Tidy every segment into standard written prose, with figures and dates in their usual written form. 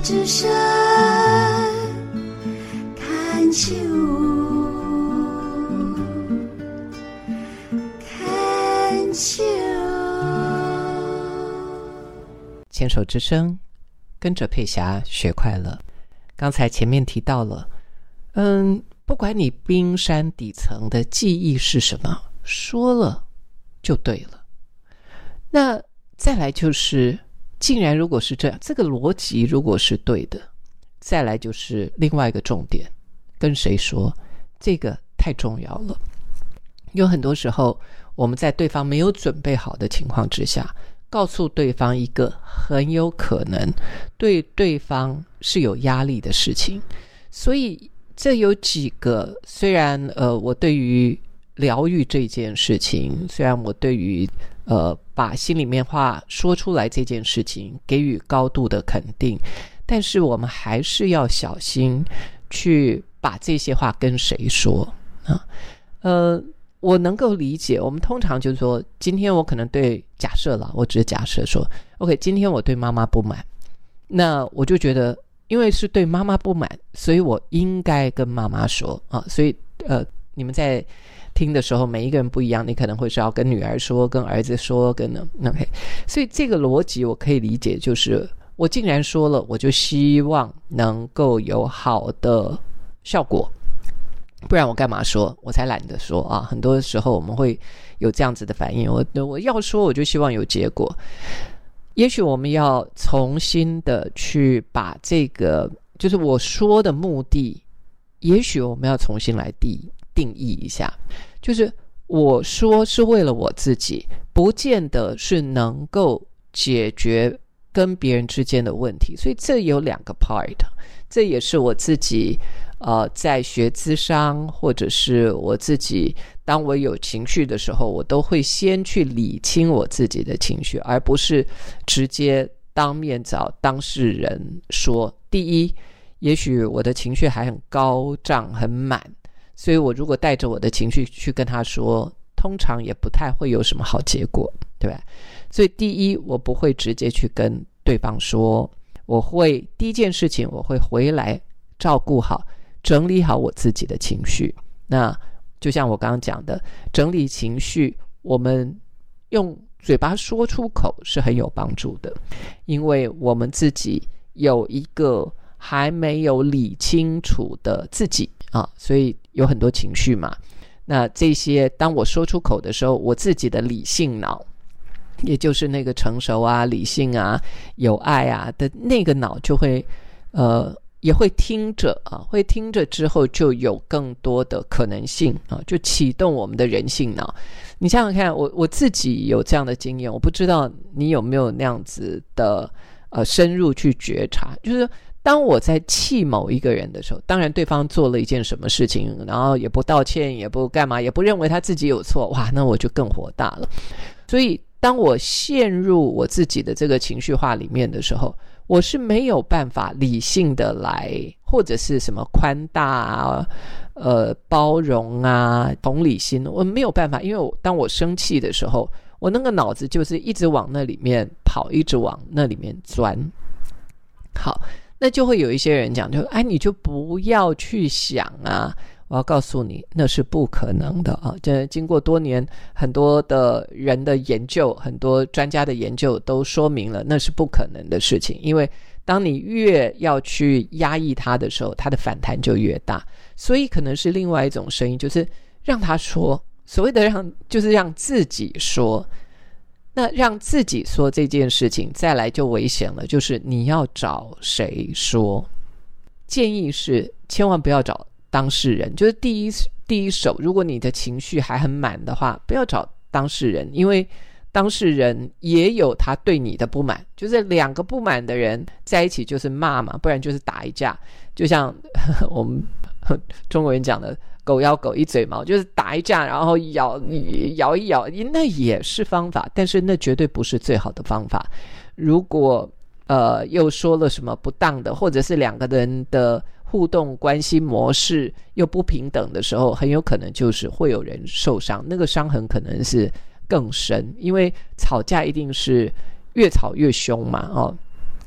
之声看秋，看秋。 牵手之声，跟着佩霞学快乐。刚才前面提到了，不管你冰山底层的记忆是什么，说了就对了。那再来就是，既然如果是这样，这个逻辑如果是对的，再来就是另外一个重点，跟谁说，这个太重要了。有很多时候，我们在对方没有准备好的情况之下，告诉对方一个很有可能对对方是有压力的事情。所以这有几个，虽然我对于疗愈这件事情，虽然我对于把心里面话说出来这件事情给予高度的肯定，但是我们还是要小心去把这些话跟谁说啊。我能够理解，我们通常就是说，今天我可能对，假设啦，我只是假设说 OK， 今天我对妈妈不满，那我就觉得因为是对妈妈不满，所以我应该跟妈妈说啊。所以你们在听的时候，每一个人不一样，你可能会是要跟女儿说，跟儿子说，跟 OK， 所以这个逻辑我可以理解，就是我既然说了，我就希望能够有好的效果，不然我干嘛说？我才懒得说啊！很多时候我们会有这样子的反应，我要说我就希望有结果。也许我们要重新的去把这个，就是我说的目的，也许我们要重新来定义一下，就是我说是为了我自己，不见得是能够解决跟别人之间的问题。所以这有两个 part， 这也是我自己在学咨商，或者是我自己当我有情绪的时候，我都会先去理清我自己的情绪，而不是直接当面找当事人说。第一，也许我的情绪还很高涨很满，所以我如果带着我的情绪去跟他说，通常也不太会有什么好结果，对吧？所以第一，我不会直接去跟对方说，我会第一件事情，我会回来照顾好整理好我自己的情绪。那就像我刚刚讲的，整理情绪我们用嘴巴说出口是很有帮助的，因为我们自己有一个还没有理清楚的自己啊，所以有很多情绪嘛。那这些当我说出口的时候，我自己的理性脑，也就是那个成熟啊、理性啊、有爱啊的那个脑就会也会听着啊，会听着之后就有更多的可能性啊，就启动我们的人性脑。你想想看，我自己有这样的经验，我不知道你有没有那样子的深入去觉察，就是当我在气某一个人的时候，当然对方做了一件什么事情，然后也不道歉，也不干嘛，也不认为他自己有错，哇，那我就更火大了。所以当我陷入我自己的这个情绪化里面的时候，我是没有办法理性的来，或者是什么宽大啊、包容啊、同理心，我没有办法，因为当我生气的时候，我那个脑子就是一直往那里面跑，一直往那里面钻。好，那就会有一些人讲，就你就不要去想啊。我要告诉你，那是不可能的啊！这经过多年很多的人的研究，很多专家的研究都说明了，那是不可能的事情。因为当你越要去压抑它的时候，它的反弹就越大。所以可能是另外一种声音，就是让他说，所谓的就是让自己说。那让自己说这件事情，再来就危险了，就是你要找谁说。建议是千万不要找当事人，就是第一手，如果你的情绪还很满的话，不要找当事人，因为当事人也有他对你的不满，就是两个不满的人在一起就是骂嘛，不然就是打一架，就像我们中国人讲的狗咬狗一嘴毛，就是打一架然后咬一咬，那也是方法，但是那绝对不是最好的方法。如果又说了什么不当的，或者是两个人的互动关系模式又不平等的时候，很有可能就是会有人受伤，那个伤痕可能是更深，因为吵架一定是越吵越凶嘛，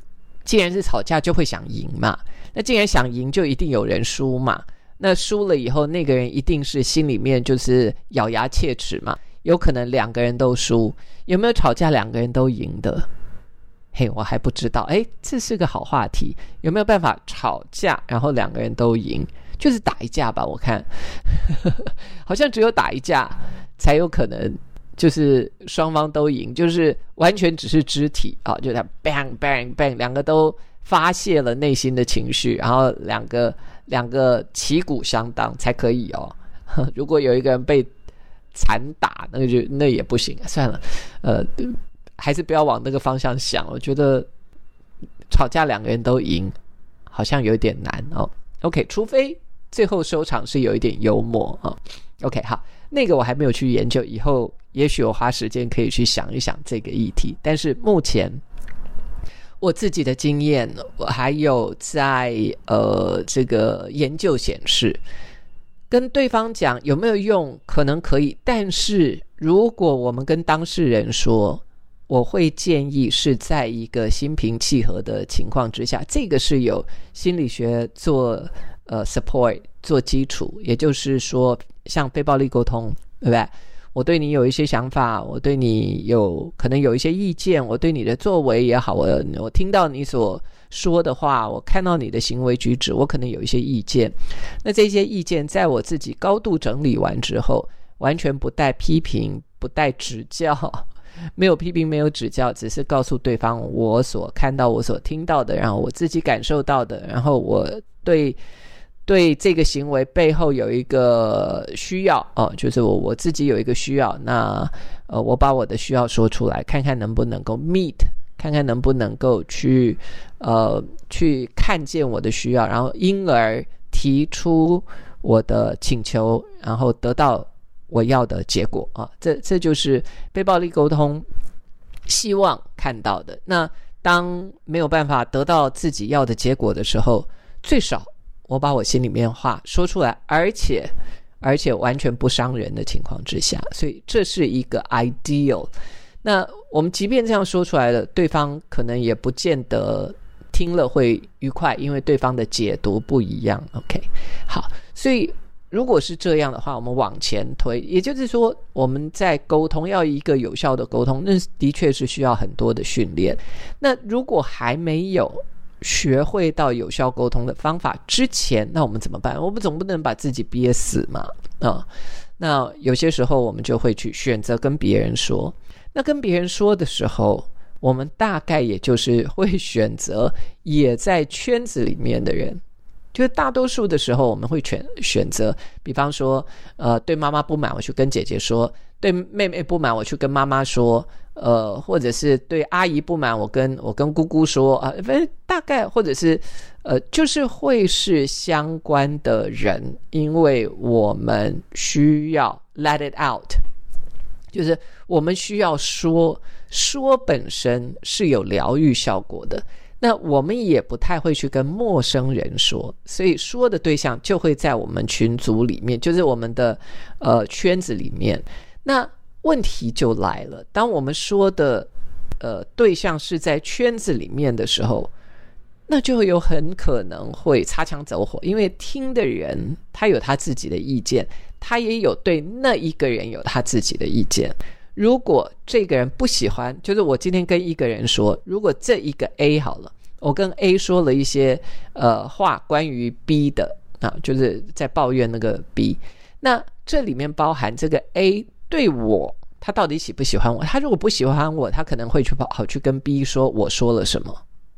既然是吵架就会想赢嘛，那既然想赢就一定有人输嘛，那输了以后那个人一定是心里面就是咬牙切齿嘛，有可能两个人都输，有没有吵架两个人都赢的？嘿，我还不知道。这是个好话题，有没有办法吵架然后两个人都赢？就是打一架吧，我看好像只有打一架才有可能就是双方都赢，就是完全只是肢体啊，就他 bang bang bang 两个都发泄了内心的情绪，然后两个旗鼓相当才可以哦。如果有一个人被残打，那也不行，算了，还是不要往那个方向想。我觉得吵架两个人都赢好像有点难哦。OK， 除非最后收场是有一点幽默啊。OK， 好，那个我还没有去研究，以后也许我花时间可以去想一想这个议题。但是目前我自己的经验，我还有在这个研究显示，跟对方讲有没有用，可能可以，但是如果我们跟当事人说，我会建议是在一个心平气和的情况之下，这个是有心理学做support 做基础，也就是说像非暴力沟通，对不对？我对你有一些想法，我对你可能有一些意见，我对你的作为也好，我听到你所说的话，我看到你的行为举止，我可能有一些意见。那这些意见在我自己高度整理完之后，完全不带批评，不带指教，没有批评，没有指教，只是告诉对方我所看到，我所听到的，然后我自己感受到的，然后我对这个行为背后有一个需要就是我自己有一个需要，那我把我的需要说出来，看看能不能够 meet， 看看能不能够去看见我的需要，然后因而提出我的请求，然后得到我要的结果啊，这就是非暴力沟通希望看到的。那当没有办法得到自己要的结果的时候，最少我把我心里面话说出来，而且完全不伤人的情况之下，所以这是一个 ideal。 那我们即便这样说出来了，对方可能也不见得听了会愉快，因为对方的解读不一样。 OK， 好，所以如果是这样的话，我们往前推，也就是说我们在沟通要一个有效的沟通，那的确是需要很多的训练。那如果还没有学会到有效沟通的方法之前，那我们怎么办？我们总不能把自己憋死嘛那有些时候我们就会去选择跟别人说。那跟别人说的时候，我们大概也就是会选择也在圈子里面的人，就是大多数的时候我们会选择，比方说对妈妈不满我去跟姐姐说，对妹妹不满我去跟妈妈说，或者是对阿姨不满我跟姑姑说大概或者是就是会是相关的人，因为我们需要 let it out， 就是我们需要说本身是有疗愈效果的。那我们也不太会去跟陌生人说，所以说的对象就会在我们群组里面，就是我们的圈子里面。那问题就来了，当我们说的对象是在圈子里面的时候，那就有很可能会擦枪走火，因为听的人他有他自己的意见，他也有对那一个人有他自己的意见。如果这个人不喜欢，就是我今天跟一个人说，如果这一个 A 好了，我跟 A 说了一些话关于 B 的就是在抱怨那个 B， 那这里面包含这个 A 对我他到底喜不喜欢我，他如果不喜欢我，他可能会跑去跟 B 说我说了什么，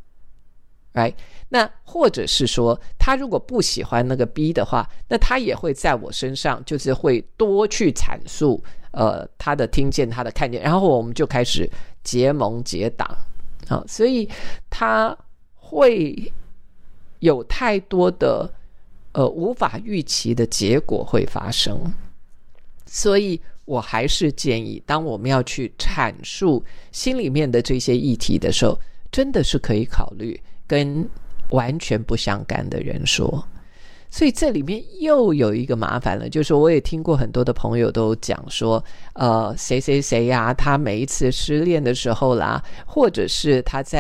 right？ 那或者是说他如果不喜欢那个 B 的话，那他也会在我身上就是会多去阐述他的听见他的看见，然后我们就开始结盟结党所以他会有太多的无法预期的结果会发生。所以我还是建议，当我们要去阐述心里面的这些议题的时候，真的是可以考虑跟完全不相干的人说。所以这里面又有一个麻烦了，就是我也听过很多的朋友都讲说谁谁谁他每一次失恋的时候啦，或者是他在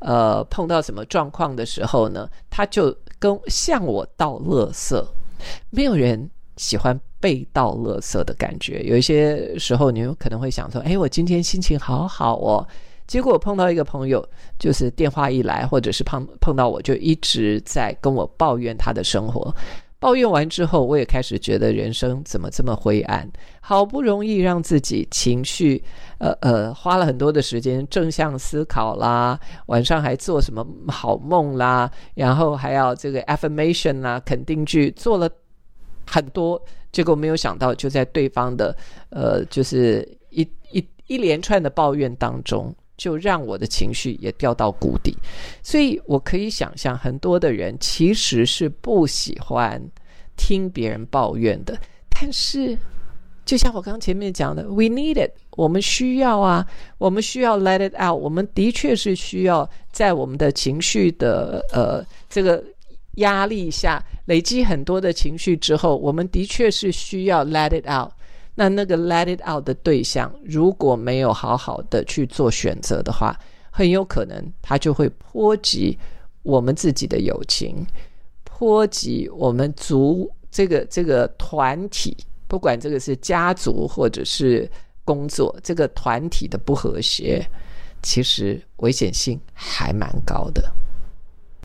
碰到什么状况的时候呢，他就向我倒垃圾。没有人喜欢被倒垃圾的感觉。有一些时候你可能会想说，我今天心情好好哦，结果碰到一个朋友，就是电话一来，或者是碰到我，就一直在跟我抱怨他的生活。抱怨完之后，我也开始觉得人生怎么这么灰暗，好不容易让自己情绪花了很多的时间正向思考啦，晚上还做什么好梦啦，然后还要这个 affirmation 啦，肯定句，做了很多，结果没有想到就在对方的就是一连串的抱怨当中，就让我的情绪也掉到谷底。所以我可以想象很多的人其实是不喜欢听别人抱怨的，但是就像我刚前面讲的 we need it， 我们需要啊，我们需要 let it out， 我们的确是需要在我们的情绪的这个压力下累积很多的情绪之后，我们的确是需要 let it out。那个 let it out 的对象如果没有好好的去做选择的话，很有可能他就会波及我们自己的友情，波及我们这个团体，不管这个是家族或者是工作，这个团体的不和谐，其实危险性还蛮高的。